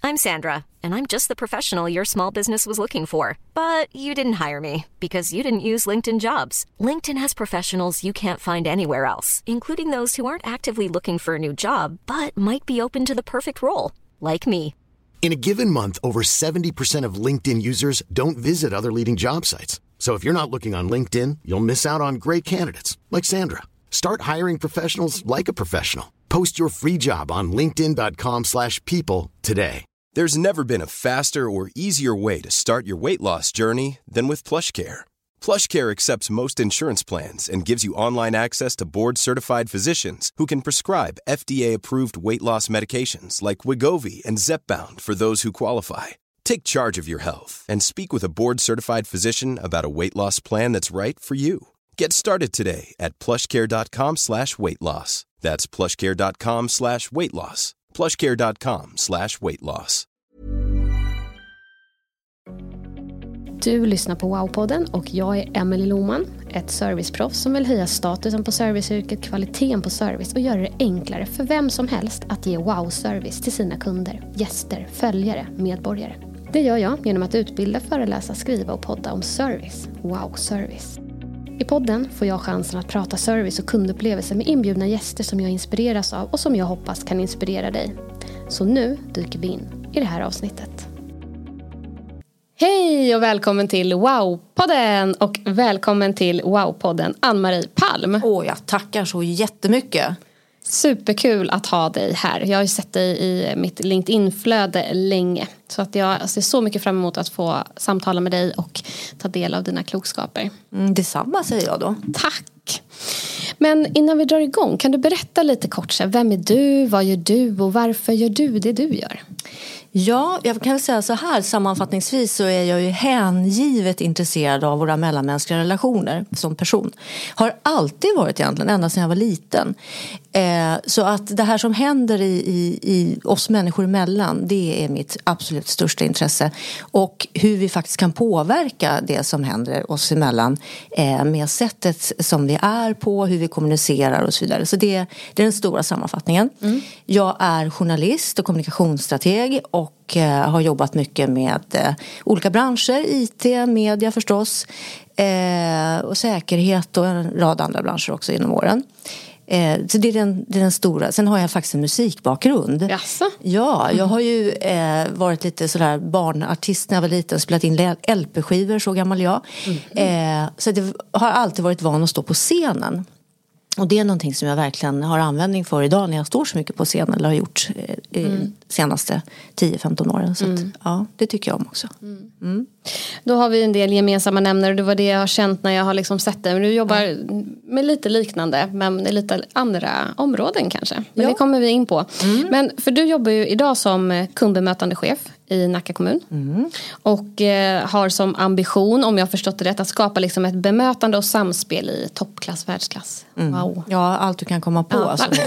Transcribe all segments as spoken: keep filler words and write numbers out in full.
I'm Sandra, and I'm just the professional your small business was looking for. But you didn't hire me because you didn't use LinkedIn Jobs. LinkedIn has professionals you can't find anywhere else, including those who aren't actively looking for a new job, but might be open to the perfect role, like me. In a given month, over seventy percent of LinkedIn users don't visit other leading job sites. So if you're not looking on LinkedIn, you'll miss out on great candidates like Sandra. Start hiring professionals like a professional. Post your free job on linkedin dot com slash people today. There's never been a faster or easier way to start your weight loss journey than with PlushCare. PlushCare accepts most insurance plans and gives you online access to board-certified physicians who can prescribe F D A-approved weight loss medications like Wegovy and Zepbound for those who qualify. Take charge of your health and speak with a board-certified physician about a weight loss plan that's right for you. Get started today at plushcare.com slash weight loss. That's plushcare.com slash weight loss. plushcare.com slash weight loss. Du lyssnar på Wow-podden och jag är Emelie Lohman, ett serviceproffs som vill höja statusen på serviceyrket, kvaliteten på service och göra det enklare för vem som helst att ge wow-service till sina kunder, gäster, följare, medborgare. Det gör jag genom att utbilda, föreläsa, skriva och podda om service, wow-service. I podden får jag chansen att prata service och kundupplevelser med inbjudna gäster som jag inspireras av och som jag hoppas kan inspirera dig. Så nu dyker vi in i det här avsnittet. Hej och välkommen till Wow-podden och välkommen till Wow-podden Ann-Marie Palm. Åh, jag tackar så jättemycket. Superkul att ha dig här. Jag har ju sett dig i mitt LinkedIn-flöde länge. Så att jag ser så mycket fram emot att få samtala med dig och ta del av dina klokskaper. Mm, detsamma säger jag då. Tack! Men innan vi drar igång, kan du berätta lite kort så här, vem är du, vad gör du och varför gör du det du gör? Ja, jag kan säga så här, sammanfattningsvis så är jag ju hängivet intresserad av våra mellanmänskliga relationer som person. Har alltid varit egentligen, ända sedan jag var liten. Eh, så att det här som händer i, i, i oss människor emellan, det är mitt absolut största intresse. Och hur vi faktiskt kan påverka det som händer oss emellan eh, med sättet som vi är på, hur vi kommunicerar och så vidare. Så det, det är den stora sammanfattningen. Mm. Jag är journalist och kommunikationsstrateg och eh, har jobbat mycket med eh, olika branscher, I T, media förstås, eh, och säkerhet och en rad andra branscher också inom åren. Eh, så det är, den, det är den stora. Sen har jag faktiskt en musikbakgrund. Jaså? Ja, jag har ju eh, varit lite sådär barnartist när jag var liten. Spelat in L P-skivor, så gammal jag. Mm. Eh, så det har alltid varit van att stå på scenen. Och det är någonting som jag verkligen har användning för idag när jag står så mycket på scenen. Eller har gjort eh, mm. senaste tio femton åren. Så mm. att, ja, det tycker jag om också. Mm. Mm. Då har vi en del gemensamma nämnare. Det var det jag har känt när jag har liksom sett det. Men du jobbar mm. med lite liknande. Men lite andra områden kanske. Men ja. Det kommer vi in på. Mm. Men för du jobbar ju idag som kundbemötande chef i Nacka kommun. Mm. Och eh, har som ambition, om jag har förstått det rätt, att skapa liksom ett bemötande och samspel i toppklass, världsklass. Mm. Wow. Ja, allt du kan komma på. Ja. Alltså.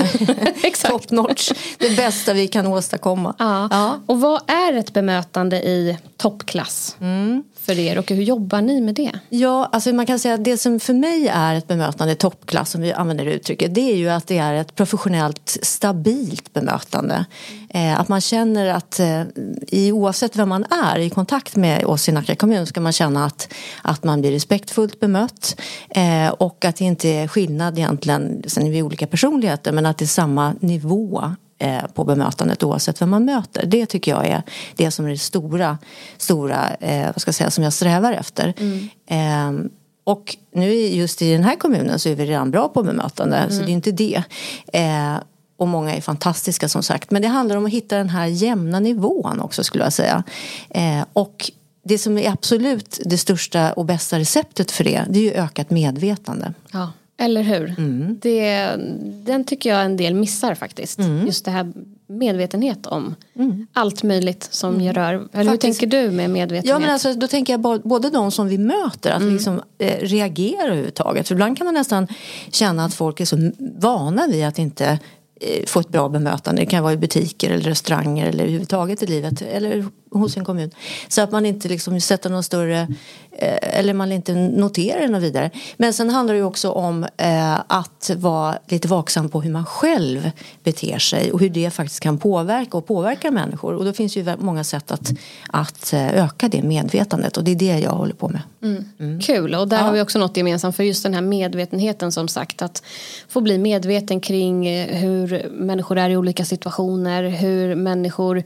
Top notch. Det bästa vi kan åstadkomma. Ja. Ja. Och vad är ett bemötande i toppklass mm. för er? Och hur jobbar ni med det? Ja, alltså man kan säga att det som för mig är ett bemötande i toppklass, som vi använder det uttrycket, det är ju att det är ett professionellt, stabilt bemötande. Mm. Eh, att man känner att eh, i, oavsett vem man är i kontakt med oss i Nacka kommun, ska man känna att, att man blir respektfullt bemött. Eh, och att det inte är skillnad egentligen, sen är vi olika personligheter, men att det är samma nivå på bemötandet oavsett vem man möter. Det tycker jag är det som är det stora, stora eh, vad ska jag säga, som jag strävar efter. Mm. Eh, och nu just i den här kommunen så är vi redan bra på bemötande, mm. så det är inte det. Eh, och många är fantastiska som sagt. Men det handlar om att hitta den här jämna nivån också, skulle jag säga. Eh, och det som är absolut det största och bästa receptet för det, det är ju ökat medvetande. Ja. Eller hur? Mm. Det, den tycker jag en del missar faktiskt. Mm. Just det här medvetenhet om mm. allt möjligt som mm. rör. Eller faktiskt, hur tänker du med medvetenhet? Ja, men alltså, då tänker jag både de som vi möter, att mm. liksom eh, reagera överhuvudtaget. För ibland kan man nästan känna att folk är så vana vid att inte få ett bra bemötande. Det kan vara i butiker eller restauranger eller överhuvudtaget i livet. Eller hos en kommun. Så att man inte liksom sätter någon större, eh, eller man inte noterar något vidare. Men sen handlar det ju också om eh, att vara lite vaksam på hur man själv beter sig och hur det faktiskt kan påverka och påverka människor. Och då finns ju många sätt att, att öka det medvetandet, och det är det jag håller på med. Mm. Mm. Kul, och där ja. har vi också något gemensamt, för just den här medvetenheten, som sagt, att få bli medveten kring hur människor är i olika situationer, hur människor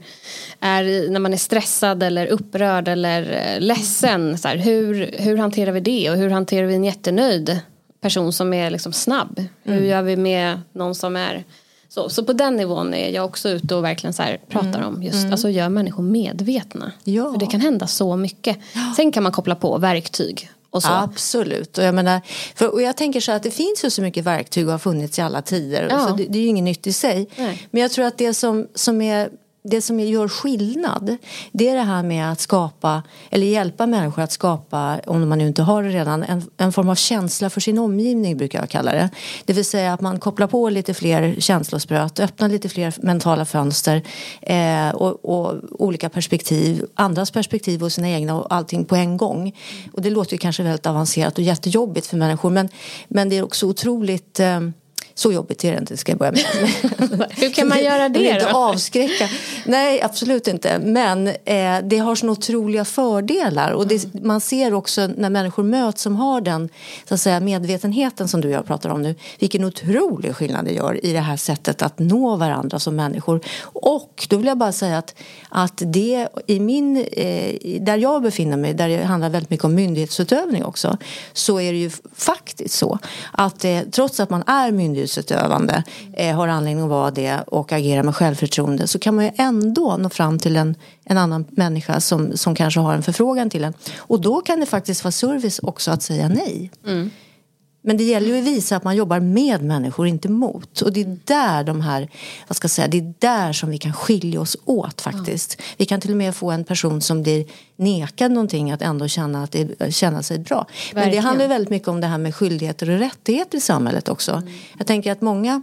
är när man är stressad eller upprörd eller ledsen, så här, hur, hur hanterar vi det, och hur hanterar vi en jättenöjd person som är liksom snabb, hur mm. gör vi med någon som är så, så på den nivån är jag också ute och verkligen så här pratar mm. om just, mm. alltså gör människor medvetna, ja. för det kan hända så mycket. Ja. Sen kan man koppla på verktyg och så. Absolut, och jag menar, för, och jag tänker så att det finns ju så mycket verktyg och har funnits i alla tider, ja. så det, det är ju inget nytt i sig. Nej. Men jag tror att det som, som är det som gör skillnad, det är det här med att skapa, eller hjälpa människor att skapa, om man nu inte har det redan, en, en form av känsla för sin omgivning, brukar jag kalla det. Det vill säga att man kopplar på lite fler känslospröt, öppnar lite fler mentala fönster eh, och, och olika perspektiv, andras perspektiv och sina egna, och allting på en gång. Och det låter ju kanske väldigt avancerat och jättejobbigt för människor, men, men det är också otroligt... Eh, Så jobbigt är det inte, ska jag börja med. Hur kan man göra det då? Inte avskräcka. Nej, absolut inte. Men eh, det har såna otroliga fördelar. Och det, mm. man ser också när människor möts som har den, så att säga, medvetenheten som du och jag pratar om nu. Vilken otrolig skillnad det gör i det här sättet att nå varandra som människor. Och då vill jag bara säga att, att det i min, eh, där jag befinner mig, där det handlar väldigt mycket om myndighetsutövning också. Så är det ju faktiskt så att eh, trots att man är myndighetsutövande, utövande, eh, har anledning att vara det och agera med självförtroende, så kan man ju ändå nå fram till en, en annan människa som, som kanske har en förfrågan till en. Och då kan det faktiskt vara service också att säga nej. Mm. Men det gäller ju att visa att man jobbar med människor, inte mot. Och det är där de här, vad ska jag säga, det är där som vi kan skilja oss åt faktiskt. Ja. Vi kan till och med få en person som blir nekad någonting att ändå känna, att det, känna sig bra. Verkligen. Men det handlar väldigt mycket om det här med skyldigheter och rättigheter i samhället också. Mm. Jag tänker att många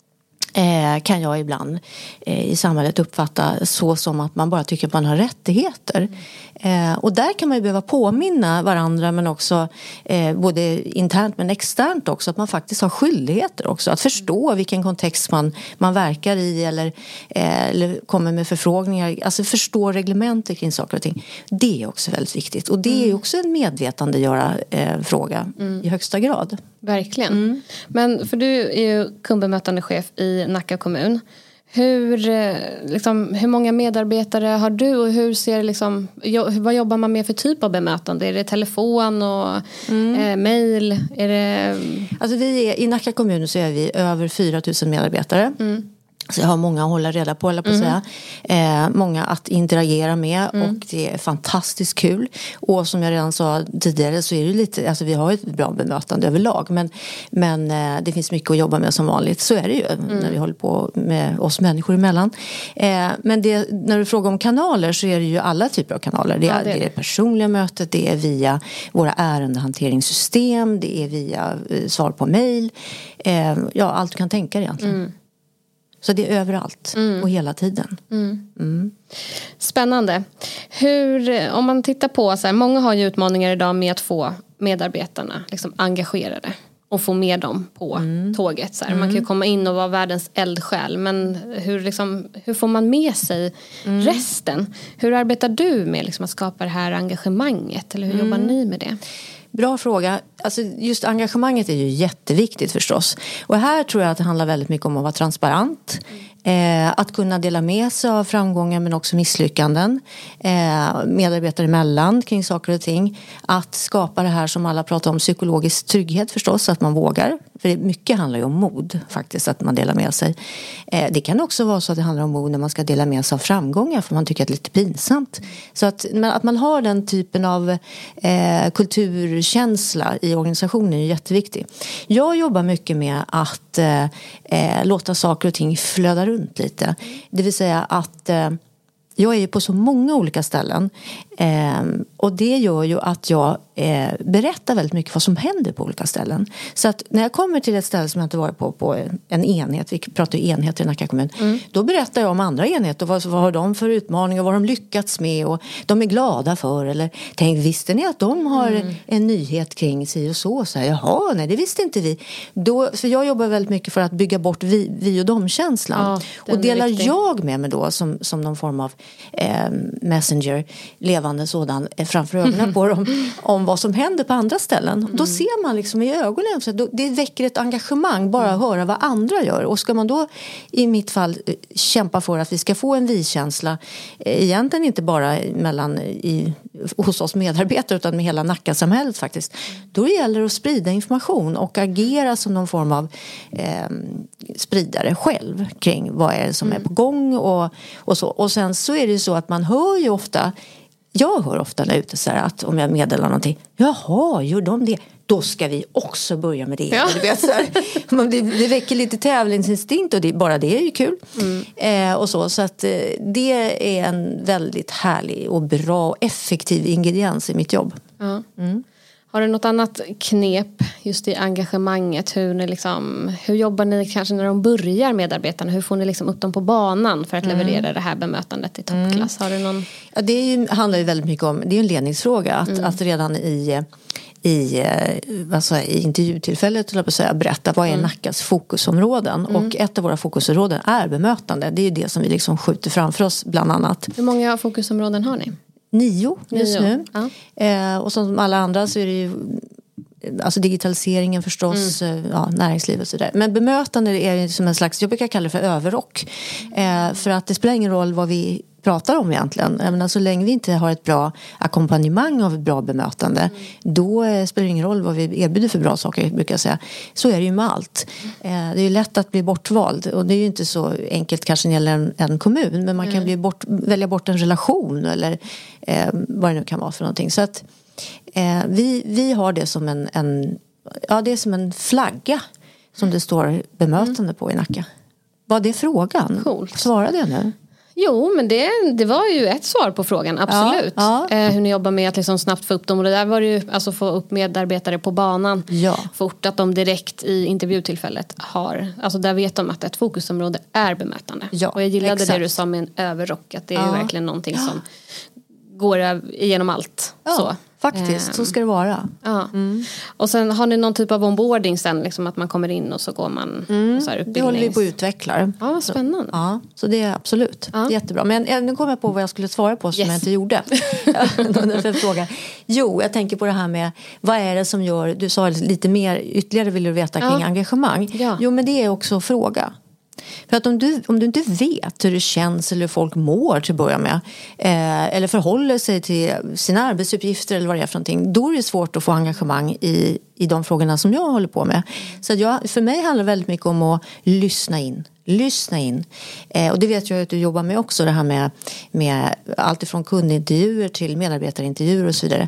eh, kan jag ibland eh, i samhället uppfatta så som att man bara tycker att man har rättigheter. Mm. Eh, och där kan man ju behöva påminna varandra, men också eh, både internt men externt också, att man faktiskt har skyldigheter också. Att förstå vilken kontext man, man verkar i, eller, eh, eller kommer med förfrågningar. Alltså förstå reglementer kring saker och ting. Det är också väldigt viktigt. Och det är också en medvetandegöra eh, fråga mm. i högsta grad. Verkligen. Mm. Men för du är ju kundbemötande chef i Nacka kommun. Hur, liksom, hur många medarbetare har du, och hur ser, liksom, vad jobbar man med för typ av bemötande? Är det telefon och mm. eh, mejl? Är det... Alltså vi är, i Nacka kommun så är vi över fyra tusen medarbetare. Mm. Så jag har många att hålla reda på, eller på att mm. säga. Eh, många att interagera med mm. och det är fantastiskt kul. Och som jag redan sa tidigare så är det lite, alltså vi har ett bra bemötande överlag, men, men eh, det finns mycket att jobba med som vanligt. Så är det ju mm. när vi håller på med oss människor emellan. Eh, men det, när du frågar om kanaler så är det ju alla typer av kanaler. Det är, ja, det, är det. det personliga mötet, det är via våra ärendehanteringssystem, det är via eh, svar på mejl. Eh, ja, allt du kan tänka dig egentligen. Mm. Så det är överallt mm. och hela tiden. Mm. Mm. Spännande. Hur, om man tittar på, så här, många har ju utmaningar idag med att få medarbetarna liksom engagerade och få med dem på mm. tåget. Så här. Mm. Man kan ju komma in och vara världens eldsjäl, men hur, liksom, hur får man med sig mm. resten? Hur arbetar du med liksom, att skapa det här engagemanget? Eller hur mm. jobbar ni med det? Bra fråga. Alltså just engagemanget är ju jätteviktigt förstås. Och här tror jag att det handlar väldigt mycket om att vara transparent. Mm. Eh, att kunna dela med sig av framgångar men också misslyckanden. Eh, medarbetare emellan kring saker och ting. Att skapa det här som alla pratar om, psykologisk trygghet förstås. Att man vågar. För mycket handlar ju om mod faktiskt, att man delar med sig. Eh, det kan också vara så att det handlar om mod när man ska dela med sig av framgångar. För man tycker att det är lite pinsamt. Mm. Så att, att man har den typen av eh, kulturkänsla i organisationen är jätteviktig. Jag jobbar mycket med att eh, låta saker och ting flöda runt lite. Det vill säga att eh, jag är på så många olika ställen Eh, och det gör ju att jag eh, berättar väldigt mycket vad som händer på olika ställen. Så att när jag kommer till ett ställe som jag inte varit på, på en enhet, vi pratar ju enheter i Nacka kommun, mm. då berättar jag om andra enheter. Vad, vad har de för utmaningar, vad har de lyckats med och de är glada för. Eller tänk, visste ni att de har mm. en nyhet kring sig och så? Så här, jaha, nej det visste inte vi. Då, för jag jobbar väldigt mycket för att bygga bort vi, vi och dem-känslan. Ja, och delar jag med mig då som, som någon form av eh, messenger, levande sådan, eh, framför ögonen på dem om vad som händer på andra ställen. Mm. Då ser man liksom i ögonen, så då, det väcker ett engagemang bara att mm. höra vad andra gör. Och ska man då i mitt fall kämpa för att vi ska få en vi-känsla, eh, egentligen inte bara mellan i, hos oss medarbetare utan med hela Nackasamhället faktiskt. Då gäller det att sprida information och agera som någon form av eh, spridare själv kring vad är det som mm. är på gång och, och så. Och sen så är det ju så att man hör ju ofta, jag hör ofta där ute så här att om jag meddelar någonting, jaha, gör de det? Då ska vi också börja med det. Ja. Du vet, så här, det, det väcker lite tävlingsinstinkt och det, bara det är ju kul. Mm. Eh, och så, så att eh, det är en väldigt härlig och bra och effektiv ingrediens i mitt jobb. Ja. Mm. Har du något annat knep just i engagemanget? Hur, ni liksom, hur jobbar ni kanske när de börjar medarbetarna? Hur får ni liksom upp dem på banan för att mm. leverera det här bemötandet i toppklass? Har du någon... Ja, det är ju, handlar ju väldigt mycket om, det är en ledningsfråga. Att, mm. att redan i, i, alltså, i intervjutillfället jag på säga, berätta vad är mm. Nackas fokusområden. Mm. Och ett av våra fokusområden är bemötande. Det är ju det som vi liksom skjuter framför oss bland annat. Hur många fokusområden har ni? Nio just Nio. nu. Ja. Eh, och som alla andra så är det ju alltså digitaliseringen förstås, mm. ja, näringslivet och sådär. Men bemötande är ju som en slags, jag brukar kalla det för överrock. Eh, för att det spelar ingen roll vad vi pratar om egentligen. Jag menar, så länge vi inte har ett bra ackompanjemang av ett bra bemötande, mm. då eh, spelar det ingen roll vad vi erbjuder för bra saker, brukar jag säga. Så är det ju med allt. Eh, det är ju lätt att bli bortvald och det är ju inte så enkelt kanske när det gäller en, en kommun, men man kan mm. bli bort, välja bort en relation eller eh, vad det nu kan vara för någonting. Så att eh, vi, vi har det som en, en, ja, det är som en flagga som det står bemötande mm. på i Nacka. Vad är frågan? Coolt. Svara det nu. Jo, men det, det var ju ett svar på frågan, absolut. Ja, ja. Eh, hur ni jobbar med att liksom snabbt få upp dem. Och det där var ju, alltså få upp medarbetare på banan ja. fort, att de direkt i intervjutillfället har, alltså där vet de att ett fokusområde är bemötande. Ja, och jag gillade exakt. det du sa med en överrock, att det är ja. ju verkligen någonting ja. som går igenom allt. Ja. Så. Faktiskt, um, så ska det vara. Ja. Mm. Och sen har ni någon typ av onboarding sen, liksom att man kommer in och så går man mm. så här utbildnings... Det håller vi på att utveckla. Ja, vad spännande. Så, ja, så det är absolut ja. jättebra. Men nu kommer jag på vad jag skulle svara på som yes. jag inte gjorde. fråga. Jo, jag tänker på det här med vad är det som gör, du sa lite mer, ytterligare vill du veta kring ja. engagemang. Ja. Jo, men det är också att fråga. För att om du, om du inte vet hur det känns eller hur folk mår till att börja med eh, eller förhåller sig till sina arbetsuppgifter eller vad det är för någonting, då är det svårt att få engagemang i, i de frågorna som jag håller på med. Så att jag, för mig handlar det väldigt mycket om att lyssna in. Lyssna in. Eh, och det vet jag att du jobbar med också, det här med, med allt ifrån kundintervjuer till medarbetarintervjuer och så vidare.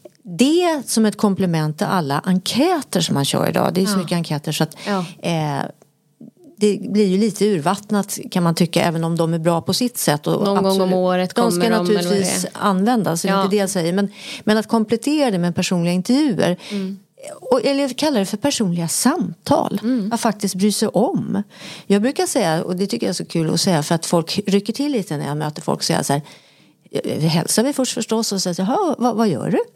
Det som ett komplement till alla enkäter som man kör idag, det är så ja. mycket enkäter så att ja. eh, det blir ju lite urvattnat kan man tycka, även om de är bra på sitt sätt. Och någon absolut, gång om året kommer de ska de, naturligtvis användas, ja. det är inte det jag säger. Men, men att komplettera det med personliga intervjuer, mm. och, eller jag kallar det för personliga samtal, mm. att faktiskt bry sig om. Jag brukar säga, och det tycker jag är så kul att säga, för att folk rycker till lite när jag möter folk, säger så här, hälsar vi först förstås och säger, jaha, vad, vad gör du?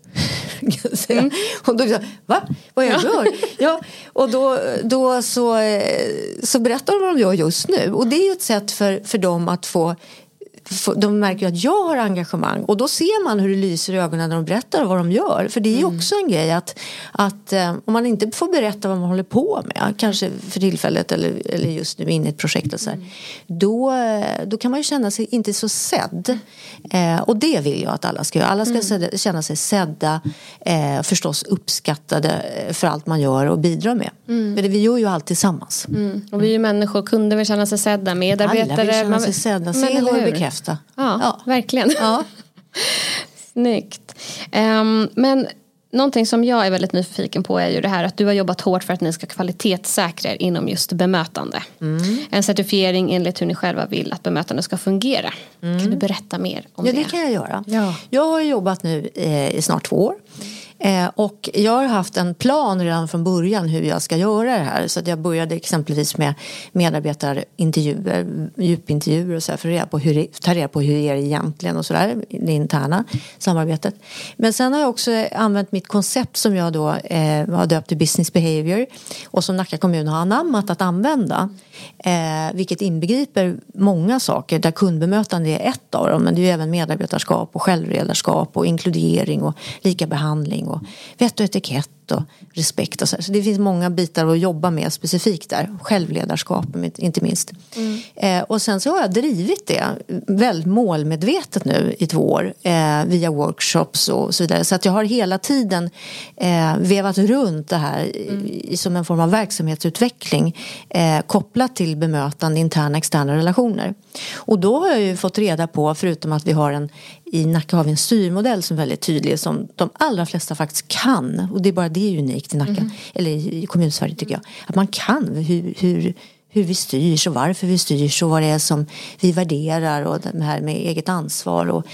Mm. Och då säger va? Vad jag gör? Ja, och då, då så, så berättar de vad de gör just nu. Och det är ju ett sätt för, för dem att få, få, de märker att jag har engagemang. Och då ser man hur det lyser i ögonen när de berättar vad de gör. För det är ju mm. också en grej att, att om man inte får berätta vad man håller på med, kanske för tillfället eller, eller just nu in i ett projekt och så här, mm. då, då kan man ju känna sig inte så sedd. Eh, och det vill jag att alla ska göra. Alla ska mm. sedda, känna sig sedda, eh, förstås uppskattade för allt man gör och bidrar med. Mm. För det, vi gör ju allt tillsammans. Mm. Och vi är ju människor, kunder vill känna sig sedda, medarbetare. Alla vill känna sig sedda, se och bekräfta. Ja, ja, verkligen. Ja. Snyggt. Um, men Någonting som jag är väldigt nyfiken på är ju det här att du har jobbat hårt för att ni ska kvalitetssäkra er inom just bemötande. Mm. En certifiering enligt hur ni själva vill att bemötande ska fungera. Mm. Kan du berätta mer om ja, det? Ja, det kan jag göra. Ja. Jag har jobbat nu eh, i snart två år. Eh, och jag har haft en plan redan från början hur jag ska göra det här. Så att jag började exempelvis med medarbetarintervjuer, djupintervjuer och så här för att reda på hur, ta reda på hur det är egentligen och sådär, det interna samarbetet. Men sen har jag också använt mitt koncept som jag då eh, har döpt till business behavior och som Nacka kommun har anammat att använda. Eh, vilket inbegriper många saker där kundbemötande är ett av dem, men det är ju även medarbetarskap och självledarskap och inkludering och lika behandling och vett och etikett och respekt och så. Så det finns många bitar att jobba med specifikt där. Självledarskap inte minst. Mm. Eh, och sen så har jag drivit det väldigt målmedvetet nu i två år eh, via workshops och så vidare. Så att jag har hela tiden eh, vevat runt det här mm. i, som en form av verksamhetsutveckling eh, kopplat till bemötande interna externa relationer. Och då har jag ju fått reda på, förutom att vi har en i Nacka har vi en styrmodell som är väldigt tydlig som de allra flesta faktiskt kan. Och det är bara det är unikt i Nacka. Mm. Eller i Kommunsverige tycker jag. Att man kan hur, hur, hur vi styrs och varför vi styrs och vad det är som vi värderar och det här med eget ansvar och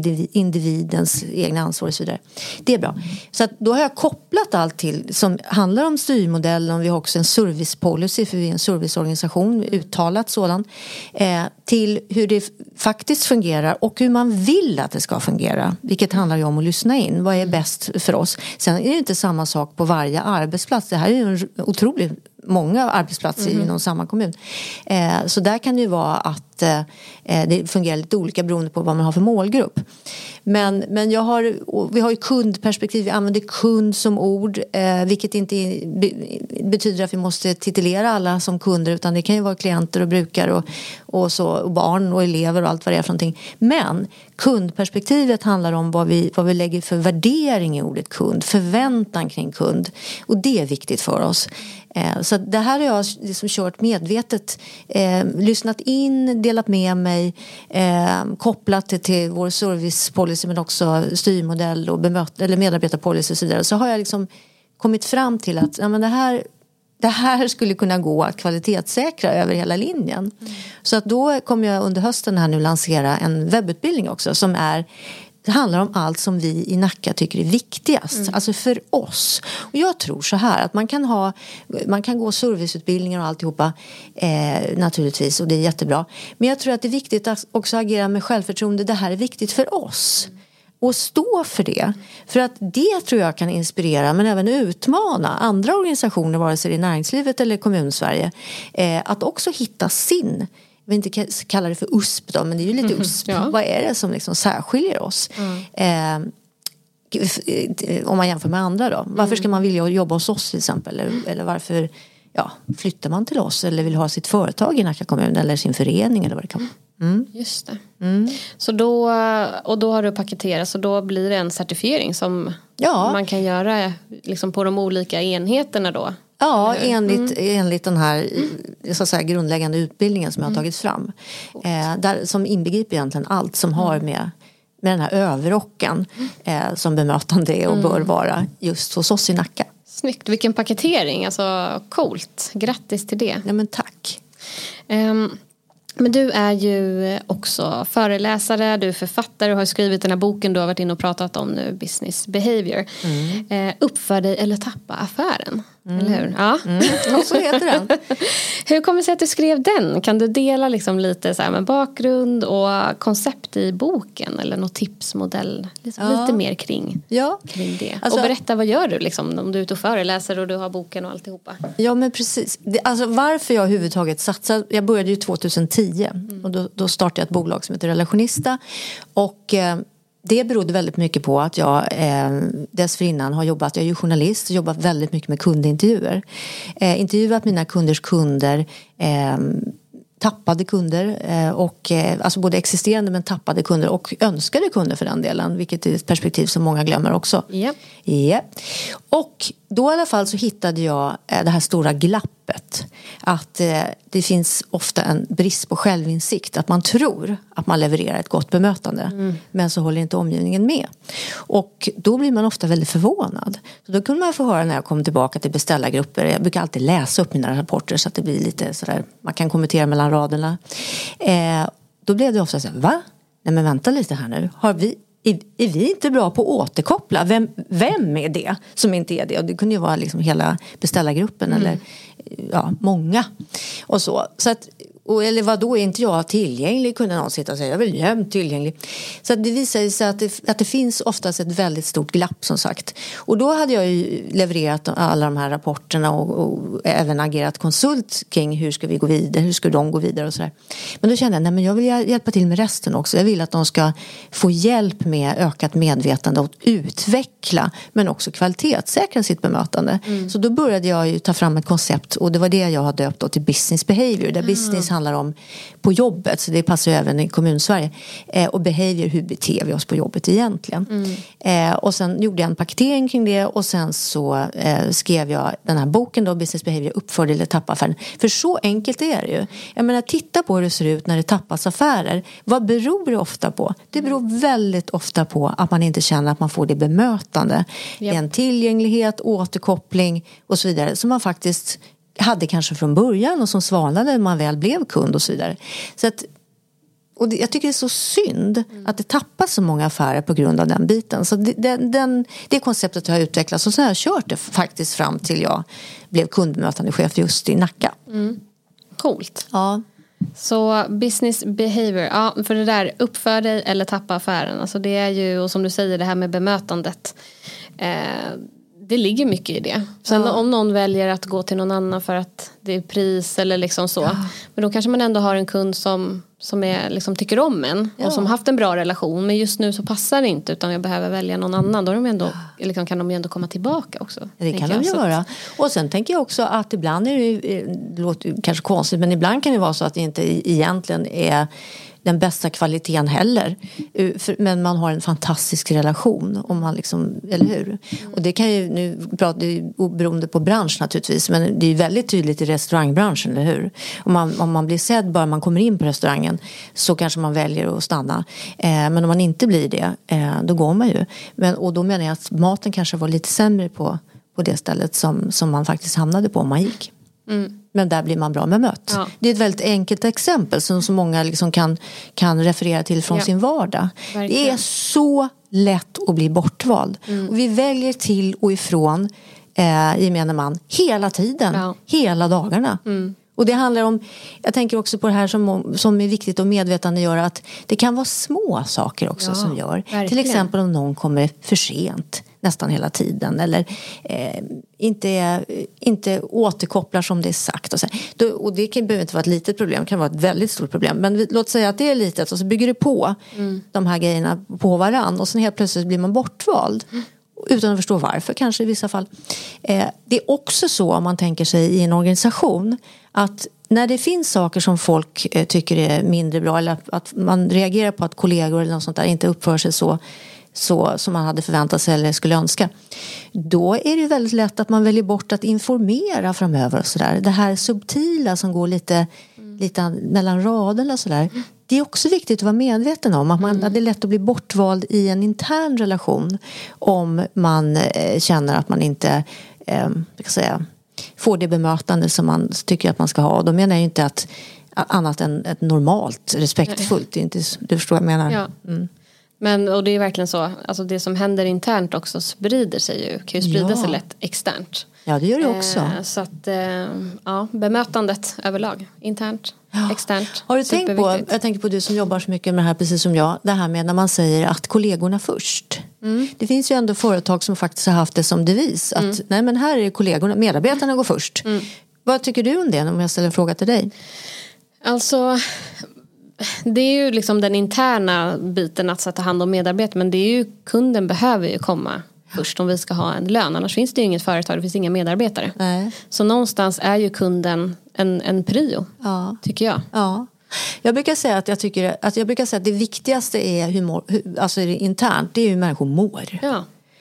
individens egna ansvar och så vidare. Det är bra. Så att då har jag kopplat allt till som handlar om styrmodellen. Vi har också en servicepolicy för vi är en serviceorganisation, uttalat sådan. Eh, till hur det faktiskt fungerar och hur man vill att det ska fungera. Vilket handlar ju om att lyssna in. Vad är bäst för oss? Sen är det inte samma sak på varje arbetsplats. Det här är ju en otroligt många arbetsplatser mm. inom samma kommun. Eh, så där kan det ju vara att eh, det fungerar lite olika beroende på vad man har för målgrupp. Men, men jag har, vi har ju kundperspektiv, vi använder kund som ord, eh, vilket inte be, betyder att vi måste titulera alla som kunder, utan det kan ju vara klienter och brukare och, och, så, och barn och elever och allt vad det är för någonting. Men kundperspektivet handlar om vad vi, vad vi lägger för värdering i ordet kund, förväntan kring kund, och det är viktigt för oss. Eh, så det här har jag liksom kört medvetet, eh, lyssnat in, delat med mig, eh, kopplat det till vår servicepolicy men också styrmodell och bemöt, eller medarbetarpolicy och så vidare. Så har jag liksom kommit fram till att ja, men det här Det här skulle kunna gå att kvalitetssäkra över hela linjen. Mm. Så att då kommer jag under hösten här nu lansera en webbutbildning också som är, det handlar om allt som vi i Nacka tycker är viktigast. Mm. Alltså för oss. Och jag tror så här att man kan ha, man kan gå serviceutbildningar och alltihopa eh, naturligtvis, och det är jättebra. Men jag tror att det är viktigt att också agera med självförtroende. Det här är viktigt för oss. Mm. Och stå för det. För att det tror jag kan inspirera men även utmana andra organisationer, vare sig i näringslivet eller Kommunsverige, eh, att också hitta sin, jag vill inte kalla det för U S P då, men det är ju lite U S P. Ja. Vad är det som liksom särskiljer oss? Mm. Eh, om man jämför med andra då. Varför ska man vilja jobba hos oss till exempel? Eller, eller varför ja, flyttar man till oss eller vill ha sitt företag i Nacka kommun eller sin förening eller vad det kan vara? Mm. Just det. Mm. Så då, och då har du paketerat, så då blir det en certifiering som ja. man kan göra liksom på de olika enheterna då? Ja, enligt, mm. enligt den här så att säga, grundläggande utbildningen som jag har tagit fram. Eh, där, som inbegriper egentligen allt som har med, med den här överrocken eh, som bemötande är och mm. bör vara just hos oss i Nacka. Snyggt, vilken paketering, alltså coolt. Grattis till det. Ja, men tack. Um, Men du är ju också föreläsare, du är författare och har skrivit den här boken du har varit inne och pratat om nu, Business Behavior. Mm. Eh, uppför dig eller tappa affären, mm. eller hur? Ja, mm. ja så heter den. Hur kommer det sig att du skrev den? Kan du dela liksom lite så här med bakgrund och koncept i boken eller något tipsmodell? Liksom ja. Lite mer kring, ja. kring det. Alltså, och berätta, vad gör du liksom, om du är ute och föreläser och du har boken och alltihopa? Ja, men precis. Det, alltså varför jag överhuvudtaget satsade, jag började ju tjugohundratio mm. och då, då startade jag ett bolag som heter Relationista och eh, det berodde väldigt mycket på att jag eh, dessförinnan har jobbat, jag är ju journalist och jobbat väldigt mycket med kundintervjuer. Eh, intervjuat mina kunders kunder, eh, tappade kunder eh, och eh, alltså både existerande men tappade kunder och önskade kunder för den delen, vilket är ett perspektiv som många glömmer också. Yep. Yeah. Och då i alla fall så hittade jag det här stora glappet. Att eh, det finns ofta en brist på självinsikt. Att man tror att man levererar ett gott bemötande. Mm. Men så håller inte omgivningen med. Och då blir man ofta väldigt förvånad. Så då kunde man få höra när jag kom tillbaka till beställargrupper. Jag brukar alltid läsa upp mina rapporter så att det blir lite sådär. Man kan kommentera mellan raderna. Eh, då blev det ofta så här, va? Nej men vänta lite här nu. Har vi... Är, är vi inte bra på att återkoppla? Vem, vem är det som inte är det? Och det kunde ju vara liksom hela beställargruppen mm. eller ja, många. Och så. Så att, och, eller vad då är inte jag tillgänglig? Kunde någon sitta och säga, jag vill jämt tillgänglig. Så att det visar sig att det, att det finns oftast ett väldigt stort glapp som sagt. Och då hade jag ju levererat alla de här rapporterna och, och även agerat konsult kring hur ska vi gå vidare, hur ska de gå vidare och sådär. Men då kände jag, nej men jag vill hjälpa till med resten också. Jag vill att de ska få hjälp med ökat medvetande och utveckla men också kvalitetssäkra sitt bemötande. Mm. Så då började jag ju ta fram ett koncept och det var det jag har döpt då till business behavior. Där mm. business handlar om på jobbet, så det passar ju även i kommunsverige. Eh, och behavior, hur beter vi oss på jobbet egentligen. Mm. Eh, och sen gjorde jag en paketering kring det och sen så eh, skrev jag den här boken då, business behavior, uppför eller tappa affären. För så enkelt är det ju. Jag menar, titta på hur det ser ut när det tappas affärer. Vad beror det ofta på? Det beror väldigt ofta på att man inte känner att man får det bemötande. Yep. En tillgänglighet, återkoppling och så vidare som man faktiskt hade kanske från början och som svalnade när man väl blev kund och så vidare. Så att, och det, jag tycker det är så synd mm. att det tappas så många affärer på grund av den biten. Så det, den, den, det konceptet har utvecklats och så har jag kört det faktiskt fram till jag blev kundbemötande chef just i Nacka. Mm. Coolt. Ja. Så business behavior, ja, för det där, uppför dig eller tappa affären. Alltså det är ju, och som du säger, det här med bemötandet. Eh, det ligger mycket i det. Sen ja. Om någon väljer att gå till någon annan för att det är pris eller liksom så. Ja. Men då kanske man ändå har en kund som, som är, liksom, tycker om en. Ja. Och som haft en bra relation. Men just nu så passar det inte utan jag behöver välja någon annan. Då är de ändå, ja. liksom, kan de ju ändå komma tillbaka också. Det kan de göra. Och sen tänker jag också att ibland är det, det låter kanske konstigt, men ibland kan det vara så att det inte egentligen är den bästa kvaliteten heller. Men man har en fantastisk relation om man liksom, eller hur? Mm. Och det kan ju, nu pratar det beroende på bransch naturligtvis, men det är ju väldigt tydligt i restaurangbranschen, eller hur? Om man, om man blir sedd bara man kommer in på restaurangen så kanske man väljer att stanna. Eh, men om man inte blir det, eh, då går man ju. Men, och då menar jag att maten kanske var lite sämre på, på det stället som, som man faktiskt hamnade på om man gick. Mm. Men där blir man bra med mött. Ja. Det är ett väldigt enkelt exempel som så många liksom kan, kan referera till från ja. sin vardag. Verkligen. Det är så lätt att bli bortvald. Mm. Och vi väljer till och ifrån eh, gemene man hela tiden. Ja. Hela dagarna. Mm. Och det handlar om, jag tänker också på det här som, som är viktigt att medvetandegöra, att det kan vara små saker också ja, som gör. Verkligen. Till exempel om någon kommer för sent nästan hela tiden eller eh, inte, inte återkopplar som det är sagt. Och, så. Då, och det kan, behöver inte vara ett litet problem, det kan vara ett väldigt stort problem. Men låt säga att det är litet och så bygger det på mm. de här grejerna på varann och sen helt plötsligt blir man bortvald. Mm. Utan att förstå varför kanske i vissa fall. Eh, det är också så om man tänker sig i en organisation att när det finns saker som folk eh, tycker är mindre bra eller att man reagerar på att kollegor eller något sånt där inte uppför sig så, så som man hade förväntat sig eller skulle önska, då är det väldigt lätt att man väljer bort att informera framöver och sådär. Det här subtila som går lite, mm. lite mellan raderna och sådär. Mm. Det är också viktigt att vara medveten om att man, mm. det är lätt att bli bortvald i en intern relation om man eh, känner att man inte eh, jag ska säga, får det bemötande som man tycker att man ska ha. Då menar jag inte att annat än ett normalt, respektfullt. Det är inte, du förstår vad jag menar. Ja. Mm. Men, och det är verkligen så, alltså det som händer internt också sprider sig ju, kan ju sprida ja. sig lätt externt. Ja, det gör det också. Eh, så att, eh, ja, bemötandet överlag, internt, ja. externt. Har du tänkt på, jag tänker på du som jobbar så mycket med det här precis som jag, det här med när man säger att kollegorna först. Mm. Det finns ju ändå företag som faktiskt har haft det som devis, att mm. nej men här är kollegorna, medarbetarna går först. Mm. Vad tycker du om det om jag ställer en fråga till dig? Alltså, det är ju liksom den interna biten att sätta hand om medarbetare, men det är ju, kunden behöver ju komma först om vi ska ha en lön, annars finns det ju inget företag, det finns inga medarbetare. Nej. Så någonstans är ju kunden en, en prio, ja. tycker jag. Ja. Jag brukar säga att jag tycker att jag brukar säga att det viktigaste är hur, mår, hur alltså är det internt, det är hur människor mår. Ja.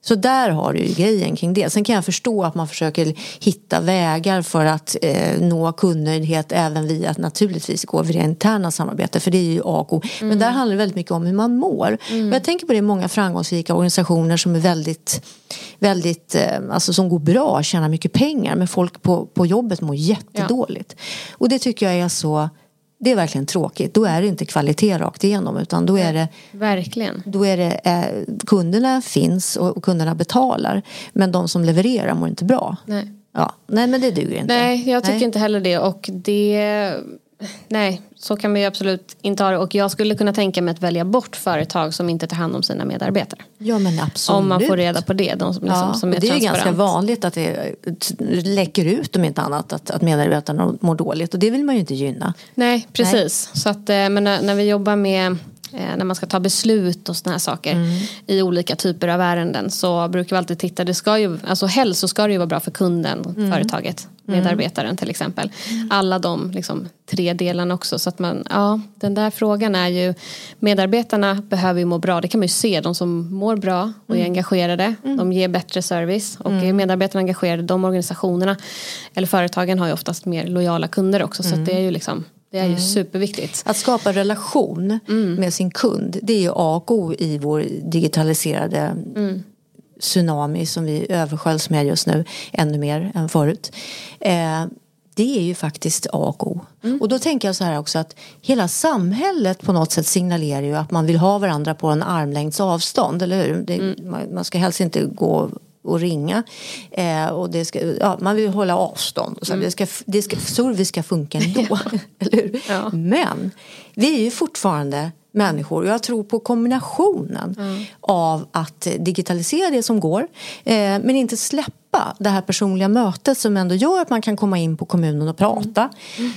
Så där har du ju grejen kring det. Sen kan jag förstå att man försöker hitta vägar för att eh, nå kundnöjdhet även via att naturligtvis gå via interna samarbete. För det är ju A och O. Mm. Men där handlar det väldigt mycket om hur man mår. Mm. Och jag tänker på det, många framgångsrika organisationer som är väldigt, väldigt eh, alltså som går bra, tjänar mycket pengar. Men folk på, på jobbet mår jättedåligt. Ja. Och det tycker jag är så... Det är verkligen tråkigt. Då är det inte kvalitet rakt igenom, utan då är det... Verkligen. Då är det... Eh, kunderna finns och kunderna betalar. Men de som levererar mår inte bra. Nej. Ja, nej, men det duger inte. Nej, jag tycker nej. inte heller det. Och det... Nej, så kan vi absolut inte ha det. Och jag skulle kunna tänka mig att välja bort företag som inte tar hand om sina medarbetare. Ja, men absolut. Om man får reda på det. De som, liksom, ja, som är det är ju transparent. ganska vanligt att det läcker ut om inte annat. Att, att medarbetarna mår dåligt. Och det vill man ju inte gynna. Nej, precis. Nej. Så att, men när, när vi jobbar med... när man ska ta beslut och såna här saker mm. i olika typer av ärenden, så brukar vi alltid titta, det ska ju, alltså helst så ska det ju vara bra för kunden, mm. företaget, medarbetaren mm. till exempel. Mm. Alla de liksom, tre delarna också, så att man, ja, den där frågan är ju, medarbetarna behöver ju må bra, det kan man ju se, de som mår bra och är mm. engagerade, mm. de ger bättre service, och mm. är medarbetarna engagerade, de organisationerna eller företagen har ju oftast mer lojala kunder också, mm. så att det är ju liksom det är ju mm. superviktigt. Att skapa relation mm. med sin kund, det är ju A och O i vår digitaliserade mm. tsunami som vi översköljs med just nu, ännu mer än förut. Eh, det är ju faktiskt A och O. Mm. Och då tänker jag så här också, att hela samhället på något sätt signalerar ju att man vill ha varandra på en armlängds avstånd, eller hur? Det, mm. man, man ska helst inte gå och ringa, eh, och det ska, ja, man vill hålla avstånd och så. Mm. det ska, det ska, service ska funka ändå. Ja. Eller hur? Ja. Men vi är ju fortfarande människor, och jag tror på kombinationen mm. av att digitalisera det som går, eh, men inte släppa det här personliga mötet som ändå gör att man kan komma in på kommunen och prata mm.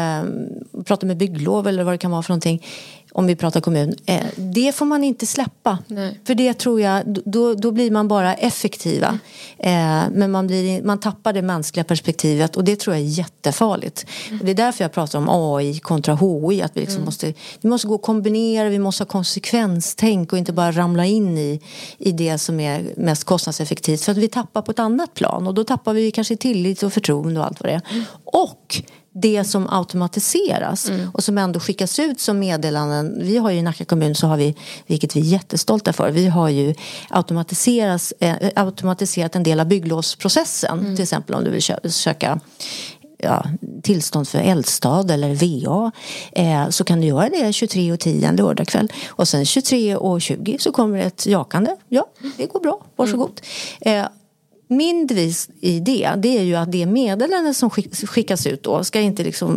eh, prata med bygglov eller vad det kan vara för någonting. Om vi pratar kommun, eh, det får man inte släppa. Nej. För det tror jag, då, då blir man bara effektiva. Mm. Eh, men man, blir, man tappar det mänskliga perspektivet, och det tror jag är jättefarligt. Mm. Och det är därför jag pratar om A I kontra H I. Att vi, liksom mm. måste, vi måste gå och kombinera, vi måste ha konsekvenstänk och inte bara ramla in i, i det som är mest kostnadseffektivt. För att vi tappar på ett annat plan, och då tappar vi kanske tillit och förtroende och allt vad det är. Mm. Och det som automatiseras mm. och som ändå skickas ut som meddelanden. Vi har ju i Nacka kommun, så har vi, vilket vi är jättestolta för, vi har ju automatiseras, eh, automatiserat en del av bygglovsprocessen. Mm. Till exempel om du vill kö- söka ja, tillstånd för eldstad eller V A, eh, så kan du göra det tjugotre och tio en lördagkväll. Och sen tjugotre och tjugo så kommer ett jakande. Ja, det går bra, varsågod. Mm. Eh, Min devis i det, det är ju att det meddelande som skickas ut då ska inte liksom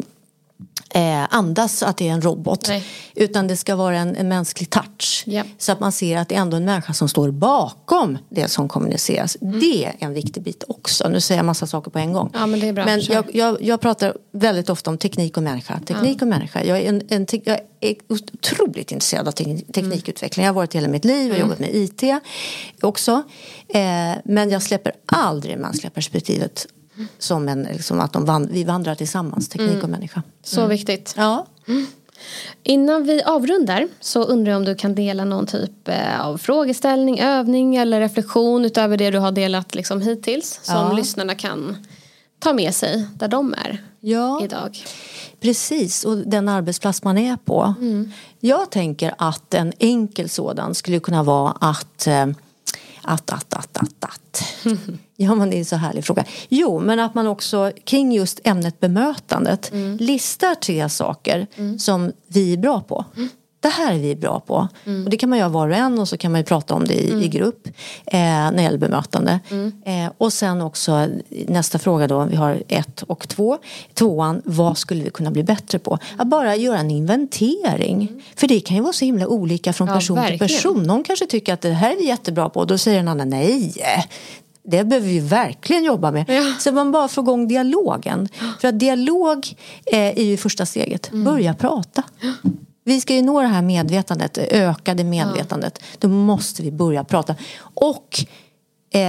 eh, andas att det är en robot. Nej. Utan det ska vara en, en mänsklig touch. Yep. Så att man ser att det är ändå en människa som står bakom det som kommuniceras. Mm. Det är en viktig bit också. Nu säger jag massa saker på en gång. Ja, men det är bra. Men jag, jag, jag pratar väldigt ofta om teknik och människa. Teknik ja. och människa. Jag är, en, en, jag är otroligt intresserad av te- teknikutveckling. Jag har varit hela mitt liv och mm. jobbat med I T också. Eh, men jag släpper aldrig det mänskliga perspektivet. Som en, liksom att de vand, vi vandrar tillsammans, teknik mm. och människa. Mm. Så viktigt. Ja. Mm. Innan vi avrundar så undrar jag om du kan dela någon typ av frågeställning, övning eller reflektion utöver det du har delat liksom hittills. Som ja. lyssnarna kan ta med sig där de är ja. idag. Precis, och den arbetsplats man är på. Mm. Jag tänker att en enkel sådan skulle kunna vara att... Att, att, att, att, att. Ja, men det är en så härlig fråga. Jo, men att man också kring just ämnet bemötandet mm. listar tre saker mm. som vi är bra på. Mm. Det här är vi bra på. Mm. Och det kan man göra var och en, och så kan man ju prata om det i, mm. i grupp eh, när det gäller bemötande. Mm. Eh, och sen också nästa fråga då, vi har ett och två. Tvåan, vad skulle vi kunna bli bättre på? Att bara göra en inventering. Mm. För det kan ju vara så himla olika från ja, person verkligen. till person. Någon kanske tycker att det här är vi jättebra på, och då säger en annan nej. Det behöver vi verkligen jobba med. Ja. Så man bara får igång dialogen. För att dialog eh, är ju första steget. Mm. Börja prata. Vi ska ju nå det här medvetandet, ökade medvetandet. Ja. Då måste vi börja prata. Och eh,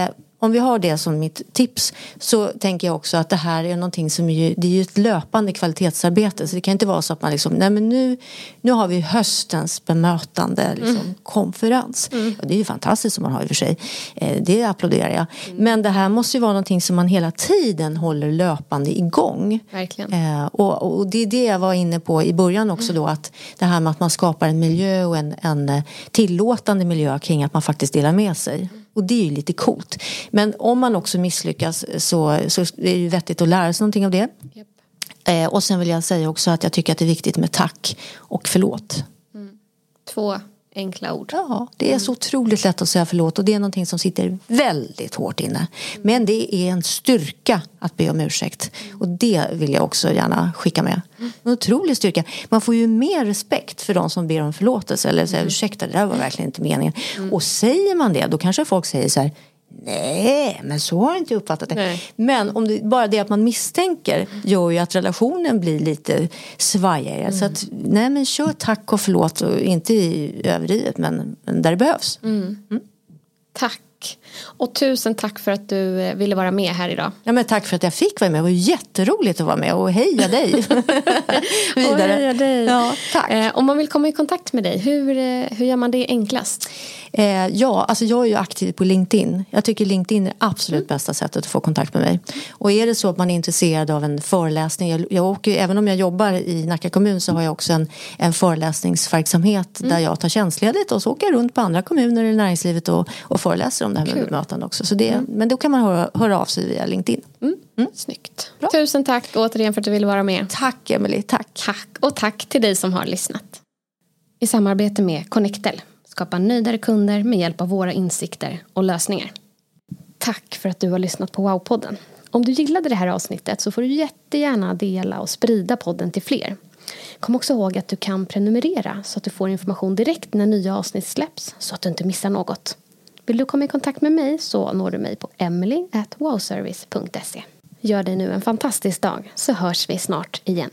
om vi har det som mitt tips, så tänker jag också att det här är någonting som är, det är ju ett löpande kvalitetsarbete. Så det kan inte vara så att man liksom, nej men nu, nu har vi höstens bemötande liksom, mm. konferens. Mm. Och det är ju fantastiskt som man har i och för sig. Eh, det applåderar jag. Mm. Men det här måste ju vara någonting som man hela tiden håller löpande igång. Verkligen. Eh, och, och det är det jag var inne på i början också då, att det här med att man skapar en miljö och en, en tillåtande miljö kring att man faktiskt delar med sig. Och det är ju lite coolt. Men om man också misslyckas så, så är det ju vettigt att lära sig någonting av det. Yep. Eh, och sen vill jag säga också att jag tycker att det är viktigt med tack och förlåt. Mm. Två enkla ord. Ja, det är mm. så otroligt lätt att säga förlåt. Och det är någonting som sitter väldigt hårt inne. Mm. Men det är en styrka att be om ursäkt. Mm. Och det vill jag också gärna skicka med. Mm. En otrolig styrka. Man får ju mer respekt för de som ber om förlåtelse. Eller säger, mm. ursäkta, det där var verkligen inte meningen. Mm. Och säger man det, då kanske folk säger så här: nej, men så har jag inte uppfattat det. Nej. Men om det, bara det att man misstänker gör ju att relationen blir lite svajigare. Mm. Så att, nej men kör tack och förlåt, och inte i överdrivet, men, men där det behövs. Mm. Mm. Tack. Och tusen tack för att du ville vara med här idag. Ja, men tack för att jag fick vara med. Det var jätteroligt att vara med. Och heja dig. Vidare. Och heja dig. Ja, tack. Eh, om man vill komma i kontakt med dig, hur, hur gör man det enklast? Eh, ja, alltså jag är ju aktiv på LinkedIn. Jag tycker LinkedIn är absolut mm. bästa sättet att få kontakt med mig. Och är det så att man är intresserad av en föreläsning, jag, jag åker, även om jag jobbar i Nacka kommun, så har jag också en, en föreläsningsverksamhet mm. där jag tar tjänstledigt och så åker jag runt på andra kommuner i näringslivet och, och föreläser om det här med bemötande också. Så det, mm. Men då kan man höra, höra av sig via LinkedIn. Mm. Mm. Snyggt. Bra. Tusen tack återigen för att du ville vara med. Tack Emily, tack. Tack. Och tack till dig som har lyssnat. I samarbete med Connectel. Skapa nöjdare kunder med hjälp av våra insikter och lösningar. Tack för att du har lyssnat på Wow-podden. Om du gillade det här avsnittet så får du jättegärna dela och sprida podden till fler. Kom också ihåg att du kan prenumerera så att du får information direkt när nya avsnitt släpps, så att du inte missar något. Vill du komma i kontakt med mig så når du mig på emily at wowservice punkt se. Gör dig nu en fantastisk dag, så hörs vi snart igen.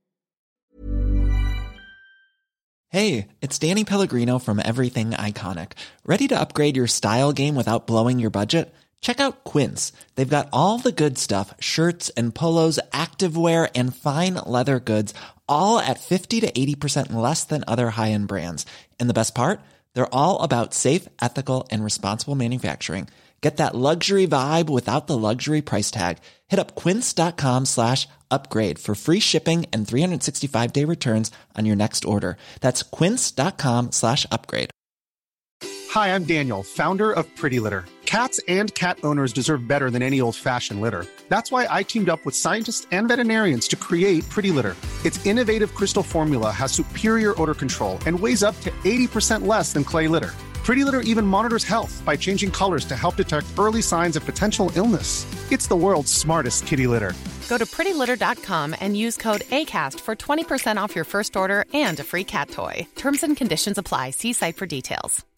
Hey, it's Danny Pellegrino from Everything Iconic. Ready to upgrade your style game without blowing your budget? Check out Quince. They've got all the good stuff, shirts and polos, activewear and fine leather goods, all at fifty to eighty percent less than other high-end brands. And the best part? They're all about safe, ethical, and responsible manufacturing. Get that luxury vibe without the luxury price tag. Hit up quince.com slash upgrade for free shipping and three sixty-five day returns on your next order. That's quince.com slash upgrade. Hi, I'm Daniel, founder of Pretty Litter. Cats and cat owners deserve better than any old-fashioned litter. That's why I teamed up with scientists and veterinarians to create Pretty Litter. Its innovative crystal formula has superior odor control and weighs up to eighty percent less than clay litter. Pretty Litter even monitors health by changing colors to help detect early signs of potential illness. It's the world's smartest kitty litter. Go to pretty litter dot com and use code ACAST for twenty percent off your first order and a free cat toy. Terms and conditions apply. See site for details.